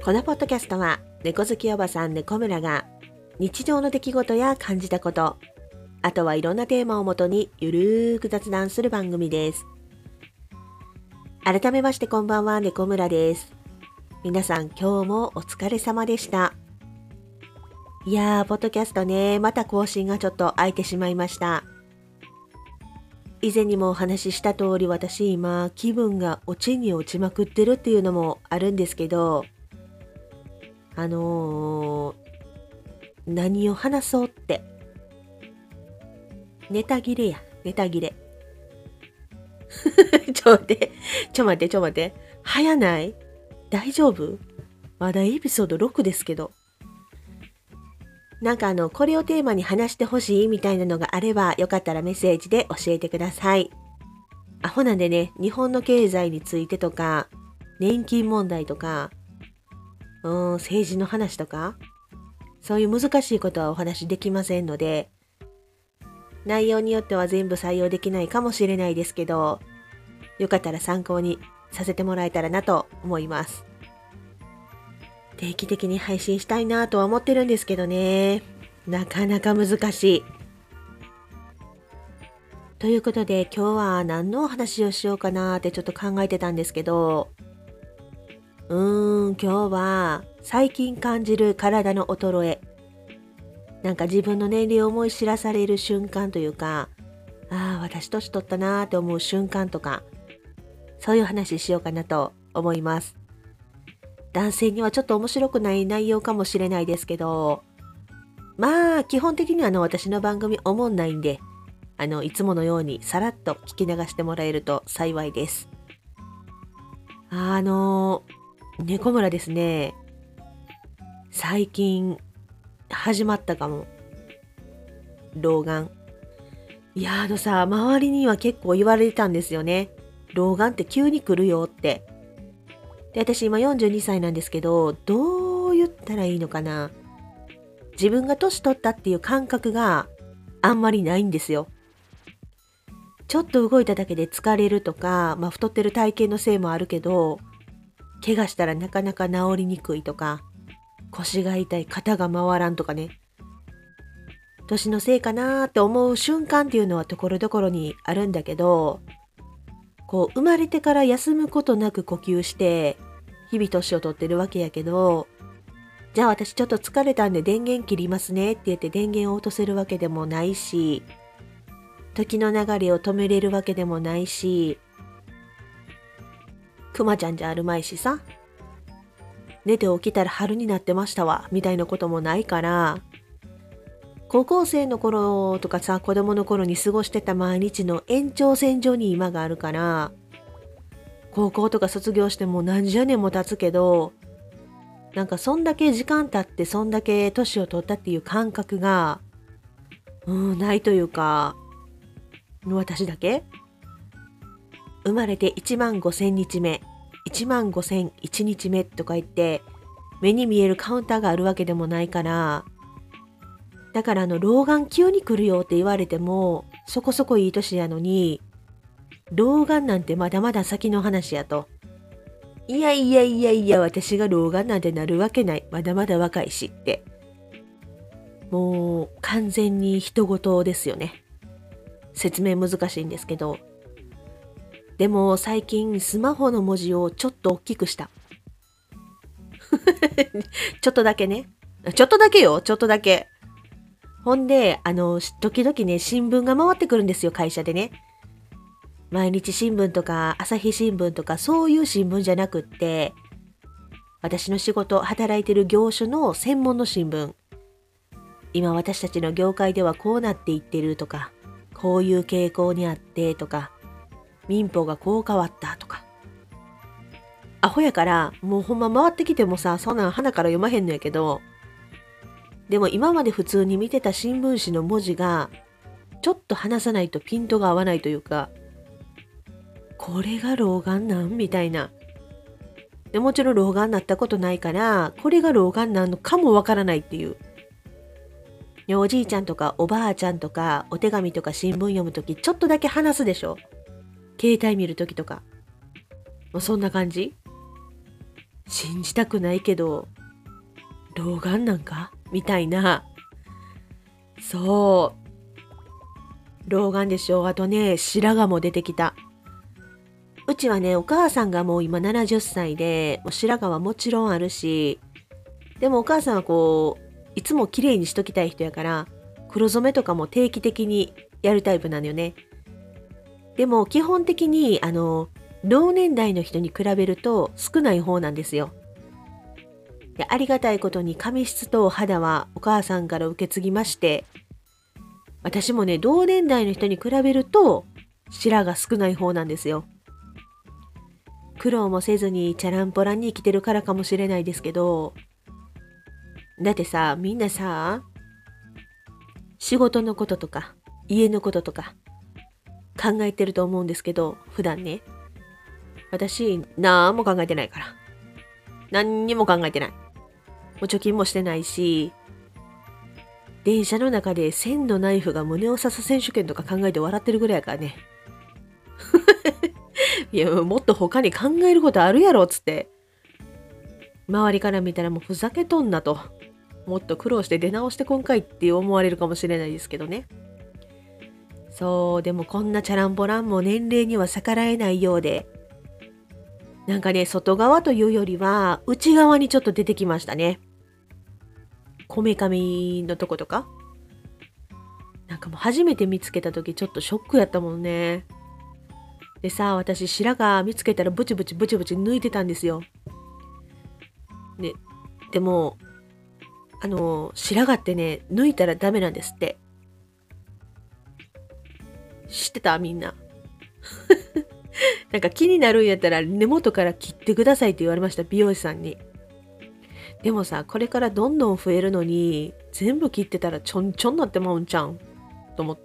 このポッドキャストは猫好きおばさん猫村が日常の出来事や感じたこと、あとはいろんなテーマをもとにゆるーく雑談する番組です。改めましてこんばんは、猫村です。皆さん今日もお疲れ様でした。いやー、ポッドキャストね、また更新がちょっと空いてしまいました。以前にもお話しした通り、私今気分が落ちに落ちまくってるっていうのもあるんですけど、何を話そうってネタ切れや、ネタ切れちょ待って、早ない？大丈夫？まだエピソード6ですけど。これをテーマに話してほしいみたいなのがあれば、よかったらメッセージで教えてください。アホなんでね、日本の経済についてとか、年金問題とか、政治の話とか、そういう難しいことはお話できませんので、内容によっては全部採用できないかもしれないですけど、よかったら参考にさせてもらえたらなと思います。定期的に配信したいなとは思ってるんですけどね、なかなか難しい。ということで今日は何のお話をしようかなってちょっと考えてたんですけど、今日は最近感じる体の衰え、自分の年齢を思い知らされる瞬間というか、私年取ったなーって思う瞬間とか、そういう話しようかなと思います。男性にはちょっと面白くない内容かもしれないですけど、基本的には私の番組おもんないんで、いつものようにさらっと聞き流してもらえると幸いです。猫村ですね、最近始まったかも。老眼。いや周りには結構言われてたんですよね。老眼って急に来るよって。で、私今42歳なんですけど、どう言ったらいいのかな。自分が年取ったっていう感覚があんまりないんですよ。ちょっと動いただけで疲れるとか、太ってる体型のせいもあるけど、怪我したらなかなか治りにくいとか、腰が痛い、肩が回らんとかね。年のせいかなーって思う瞬間っていうのはところどころにあるんだけど、生まれてから休むことなく呼吸して日々年を取ってるわけやけど、じゃあ私ちょっと疲れたんで電源切りますねって言って電源を落とせるわけでもないし、時の流れを止めれるわけでもないし、クマちゃんじゃあるまいしさ、寝て起きたら春になってましたわみたいなこともないから、高校生の頃とかさ、子供の頃に過ごしてた毎日の延長線上に今があるから、高校とか卒業してもう何十年も経つけど、そんだけ時間経ってそんだけ年を取ったっていう感覚がないというか、私だけ生まれて15000日目、15001日目とか言って目に見えるカウンターがあるわけでもないから、だから老眼急に来るよって言われてもそこそこいい年やのに、老眼なんてまだまだ先の話やと。いや私が老眼なんてなるわけない、まだまだ若いしって、もう完全に人事ですよね。説明難しいんですけど、でも最近スマホの文字をちょっと大きくしたちょっとだけね、ちょっとだけよ、ちょっとだけ。ほんで時々ね、新聞が回ってくるんですよ、会社でね。毎日新聞とか朝日新聞とかそういう新聞じゃなくって、私の仕事働いてる業種の専門の新聞、今私たちの業界ではこうなっていってるとか、こういう傾向にあってとか、民法がこう変わったとか、アホやからもうほんま回ってきてもさ、そんなん鼻から読まへんのやけど、でも今まで普通に見てた新聞紙の文字がちょっと離さないとピントが合わないというか、これが老眼なんみたいな。でもちろん老眼になったことないから、これが老眼なのかもわからないっていう。おじいちゃんとかおばあちゃんとかお手紙とか新聞読むときちょっとだけ話すでしょ。携帯見るときとか。もうそんな感じ。 信じたくないけど、老眼なんかみたいな。そう。老眼でしょ。あとね、白髪も出てきた。うちはね、お母さんがもう今70歳で、もう白髪はもちろんあるし、でもお母さんはこう、いつも綺麗にしときたい人やから、黒染めとかも定期的にやるタイプなのよね。でも基本的に、同年代の人に比べると少ない方なんですよ。で、ありがたいことに髪質と肌はお母さんから受け継ぎまして、私もね、同年代の人に比べると白が少ない方なんですよ。苦労もせずにチャランポランに生きてるからかもしれないですけど、だってさ、みんなさ、仕事のこととか、家のこととか考えてると思うんですけど、普段ね。私、なんも考えてないから。何にも考えてない。もう貯金もしてないし、電車の中で千のナイフが胸を刺す選手権とか考えて笑ってるぐらいやからね。いや、もっと他に考えることあるやろ、つって。周りから見たらもうふざけとんなと。もっと苦労して出直してこんかいって思われるかもしれないですけどね。そう、でもこんなチャランポランも年齢には逆らえないようで、なんかね、外側というよりは内側にちょっと出てきましたね。こめかみのとことか。なんかもう初めて見つけた時ちょっとショックやったもんね。でさ、私白髪見つけたらブチブチ抜いてたんですよ。ね、でも、白髪ってね、抜いたらダメなんですって。知ってたみんな。なんか気になるんやったら根元から切ってくださいって言われました、美容師さんに。でもさ、これからどんどん増えるのに、全部切ってたらちょんちょんなってまうんちゃうんと思って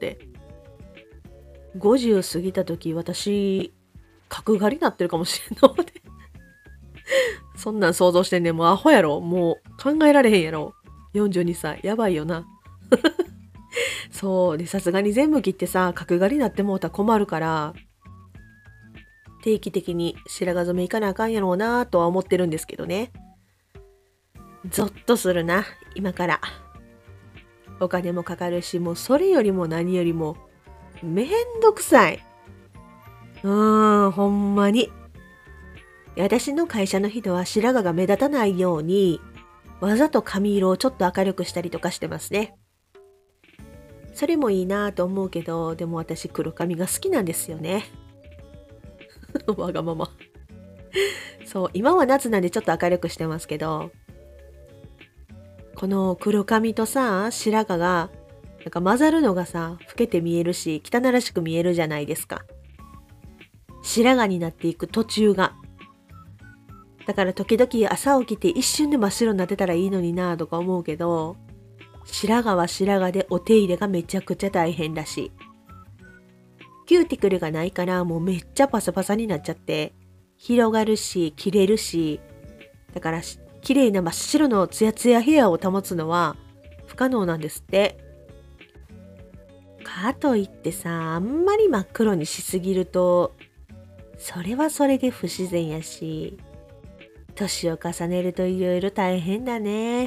。50過ぎた時、私、角刈りになってるかもしれんので。そんなん想像してんねん。もうアホやろ。もう考えられへんやろ。42歳。やばいよな。そう。で、さすがに全部切ってさ、角刈りになってもうたら困るから、定期的に白髪染め行かなあかんやろうなとは思ってるんですけどね。ゾッとするな、今から。お金もかかるし、もうそれよりも何よりも、めんどくさい。ほんまに。私の会社の人は白髪が目立たないように、わざと髪色をちょっと明るくしたりとかしてますね。それもいいなと思うけど、でも私黒髪が好きなんですよね。わがまま。そう、今は夏なんでちょっと明るくしてますけど、この黒髪とさ、白髪が、なんか混ざるのがさ、老けて見えるし、汚らしく見えるじゃないですか。白髪になっていく途中が。だから時々朝起きて一瞬で真っ白になってたらいいのになとか思うけど、白髪は白髪でお手入れがめちゃくちゃ大変だし、キューティクルがないからもうめっちゃパサパサになっちゃって、広がるし、切れるし、だから綺麗な真っ白のツヤツヤヘアを保つのは不可能なんですって。かといってさ、あんまり真っ黒にしすぎると、それはそれで不自然やし、年を重ねるといろいろ大変だね。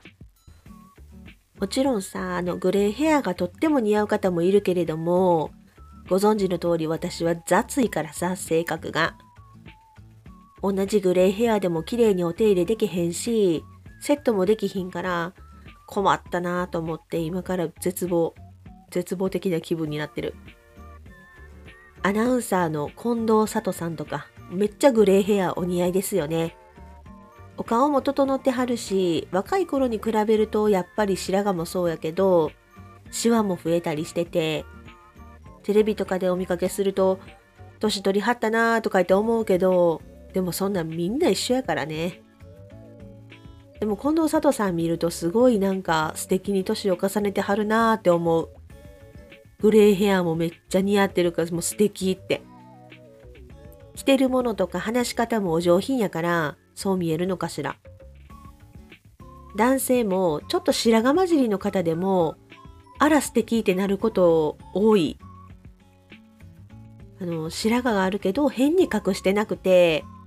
もちろんさ、グレーヘアがとっても似合う方もいるけれども、ご存知の通り私は雑いからさ、性格が。同じグレーヘアでも綺麗にお手入れできへんし、セットもできひんから困ったなと思って今から絶望的な気分になってる。アナウンサーの近藤里さんとかめっちゃグレーヘアお似合いですよね。お顔も整ってはるし、若い頃に比べるとやっぱり白髪もそうやけど、シワも増えたりしてて、テレビとかでお見かけすると、年取りはったなーとか言って思うけど、でもそんなんみんな一緒やからね。でも近藤佐藤さん見るとすごいなんか素敵に年を重ねてはるなーって思う。グレーヘアもめっちゃ似合ってるからもう素敵って。着てるものとか話し方もお上品やからそう見えるのかしら。男性もちょっと白髪混じりの方でもあら素敵ってなること多い。白髪があるけど変に隠してなくて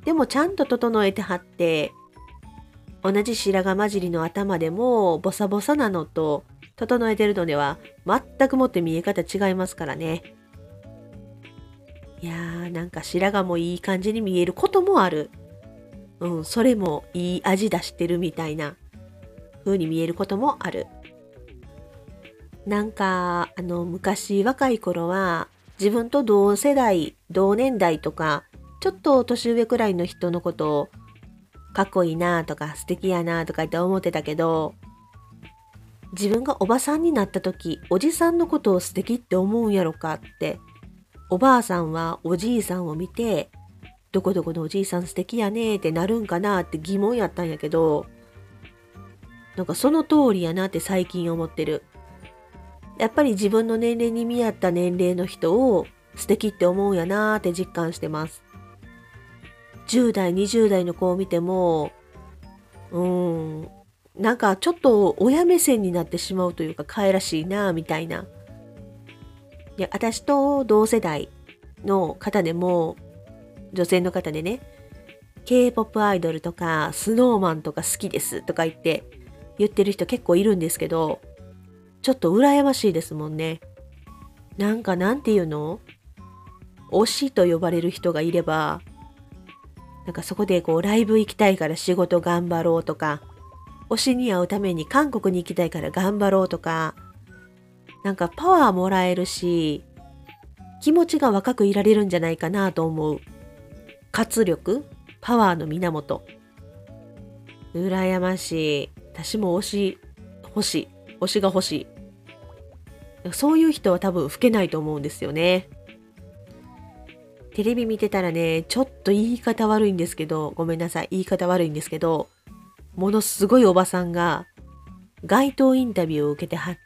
でもちゃんと整えてはって、同じ白髪混じりの頭でもボサボサなのと整えてるのでは全くもって見え方違いますからね。いやー、なんか白髪もいい感じに見えることもある。それもいい味出してるみたいな風に見えることもある。なんか昔若い頃は自分と同世代同年代とかちょっと年上くらいの人のことをかっこいいなとか素敵やなとかって思ってたけど、自分がおばさんになった時おじさんのことを素敵って思うんやろかって、おばあさんはおじいさんを見てどこどこのおじいさん素敵やねってなるんかなって疑問やったんやけど、なんかその通りやなって最近思ってる。やっぱり自分の年齢に見合った年齢の人を素敵って思うんやなって実感してます。10代、20代の子を見ても、なんかちょっと親目線になってしまうというか、可愛らしいなみたいな。で、私と同世代の方でも、女性の方でね、K-POP アイドルとか、スノーマンとか好きですとか言ってる人結構いるんですけど、ちょっと羨ましいですもんね。なんかなんていうの？推しと呼ばれる人がいれば、なんかそこでライブ行きたいから仕事頑張ろうとか、推しに会うために韓国に行きたいから頑張ろうとか、なんかパワーもらえるし、気持ちが若くいられるんじゃないかなと思う。活力、パワーの源。羨ましい。私も推し欲しい。推しが欲しい。そういう人は多分老けないと思うんですよね。テレビ見てたらね、ちょっと言い方悪いんですけど、ごめんなさい、言い方悪いんですけど、ものすごいおばさんが街頭インタビューを受けてはって、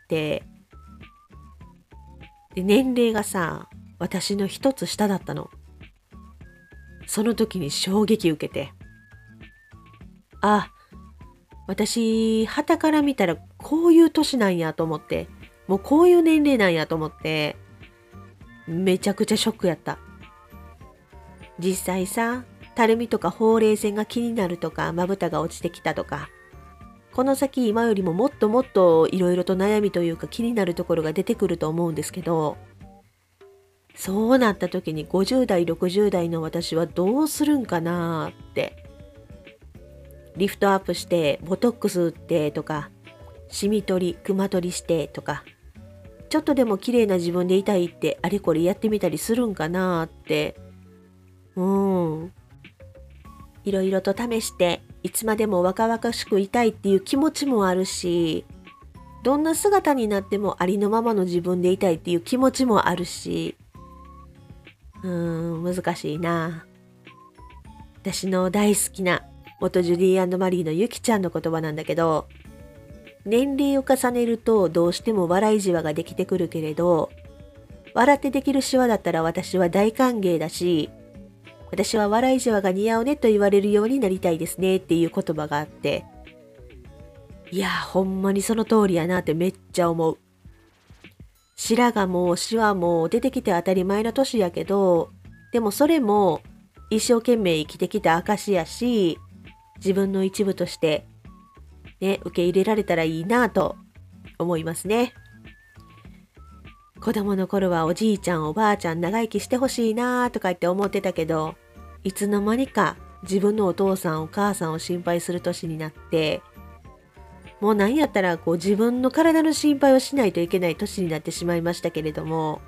で年齢がさ、私の一つ下だったの。その時に衝撃受けて、あ、私、傍から見たらこういう年なんやと思って、もうこういう年齢なんやと思って、めちゃくちゃショックやった。実際さ、たるみとかほうれい線が気になるとか、まぶたが落ちてきたとか、この先今よりももっともっといろいろと悩みというか気になるところが出てくると思うんですけど、そうなった時に50代、60代の私はどうするんかなって。リフトアップして、ボトックス打ってとか、シミ取り、クマ取りしてとか、ちょっとでも綺麗な自分でいたいってあれこれやってみたりするんかなって。いろいろと試して、いつまでも若々しくいたいっていう気持ちもあるし、どんな姿になってもありのままの自分でいたいっていう気持ちもあるし、難しいな。私の大好きな元ジュディ&マリーのゆきちゃんの言葉なんだけど、年齢を重ねるとどうしても笑いじわができてくるけれど、笑ってできるシワだったら私は大歓迎だし、私は笑いじわが似合うねと言われるようになりたいですねっていう言葉があって、いやほんまにその通りやなってめっちゃ思う。白髪もシワも出てきて当たり前の年やけど、でもそれも一生懸命生きてきた証やし、自分の一部としてね、受け入れられたらいいなと思いますね。子供の頃はおじいちゃんおばあちゃん長生きしてほしいなとか言って思ってたけど、いつの間にか自分のお父さんお母さんを心配する年になって、もう何やったら自分の体の心配をしないといけない年になってしまいましたけれども、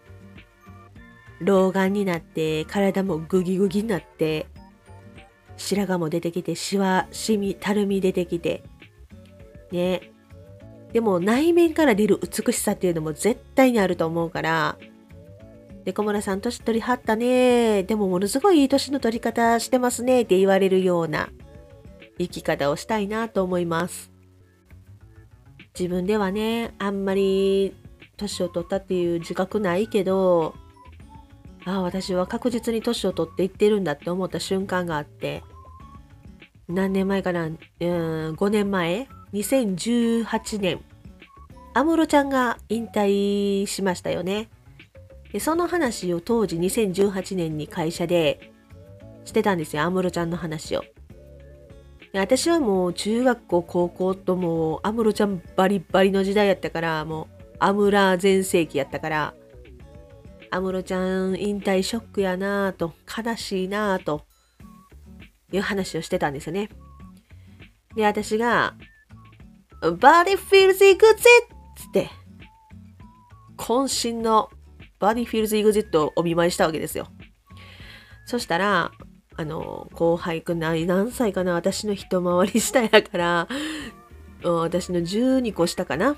老眼になって体もグギグギになって、白髪も出てきてシワシミたるみ出てきてね。でも内面から出る美しさっていうのも絶対にあると思うから、で小村さん年取りはったね、でもものすごいいい年の取り方してますねって言われるような生き方をしたいなと思います。自分ではね、あんまり年を取ったっていう自覚ないけど、私は確実に年を取っていってるんだって思った瞬間があって、何年前かな、5年前、2018年、安室ちゃんが引退しましたよね。でその話を当時2018年に会社でしてたんですよ、安室ちゃんの話を。で私はもう中学校高校ともう安室ちゃんバリバリの時代やったから、もう安室全盛期やったから、安室ちゃん引退ショックやなぁと、悲しいなぁという話をしてたんですよね。で私がBody feels exit つって渾身の Body feels exit をお見舞いしたわけですよ。そしたら後輩くん何歳かな、私の一回り下やから私の12個下かな、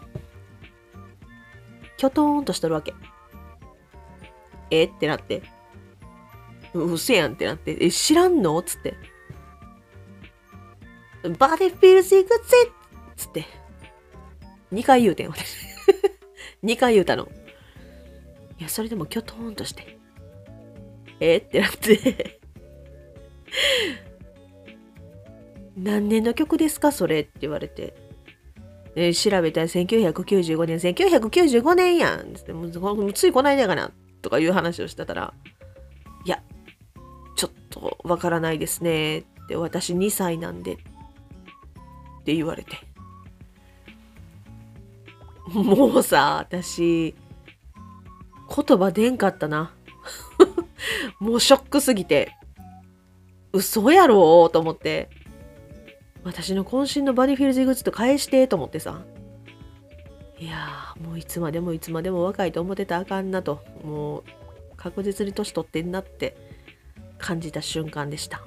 キョトーンとしとるわけ。ってなって、うせやんってなって、知らんのつって、バディフィルズイグゼッつって2回言うてん私2回言うたの。いやそれでもキョトーンとしてってなって何年の曲ですかそれって言われて、調べたら1995年1995年やんつって、もうついこないだかなとかいう話をしてたら、いやちょっとわからないですねって私2歳なんでって言われて、もうさ私言葉出んかったなもうショックすぎて、嘘やろと思って、私の渾身のバディフィルズグッズと返してと思ってさ、いやもういつまでも若いと思ってたらあかんなと、もう確実に年取ってんなって感じた瞬間でした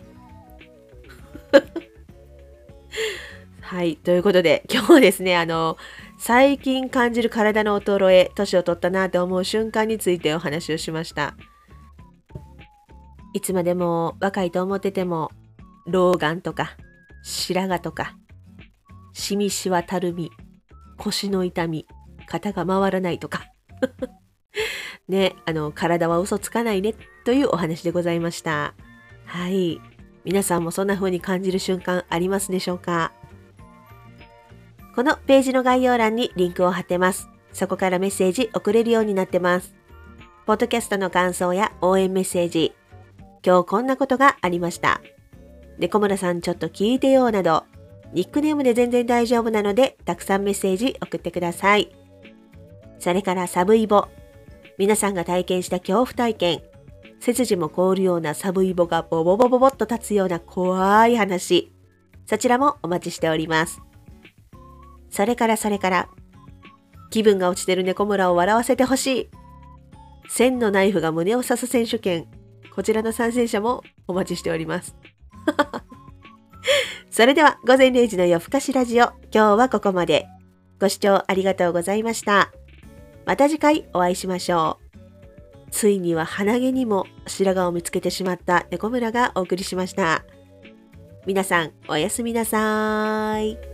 はい、ということで今日はですね、最近感じる体の衰え、年を取ったなと思う瞬間についてお話をしました。いつまでも若いと思ってても、老眼とか白髪とかシミシワたるみ、腰の痛み、肩が回らないとかね、体は嘘つかないねというお話でございました。はい、皆さんもそんな風に感じる瞬間ありますでしょうか？このページの概要欄にリンクを貼ってます。そこからメッセージ送れるようになってます。ポッドキャストの感想や応援メッセージ、今日こんなことがありました。猫村さんちょっと聞いてよなど、ニックネームで全然大丈夫なので、たくさんメッセージ送ってください。それからサブイボ。皆さんが体験した恐怖体験、背筋も凍るようなサブイボがボボボボボッと立つような怖い話、そちらもお待ちしております。それから気分が落ちてる猫村を笑わせてほしい。千のナイフが胸を刺す選手権、こちらの参戦者もお待ちしておりますそれでは午前0時の夜更かしラジオ、今日はここまで。ご視聴ありがとうございました。また次回お会いしましょう。ついには鼻毛にも白髪を見つけてしまった猫村がお送りしました。皆さんおやすみなさい。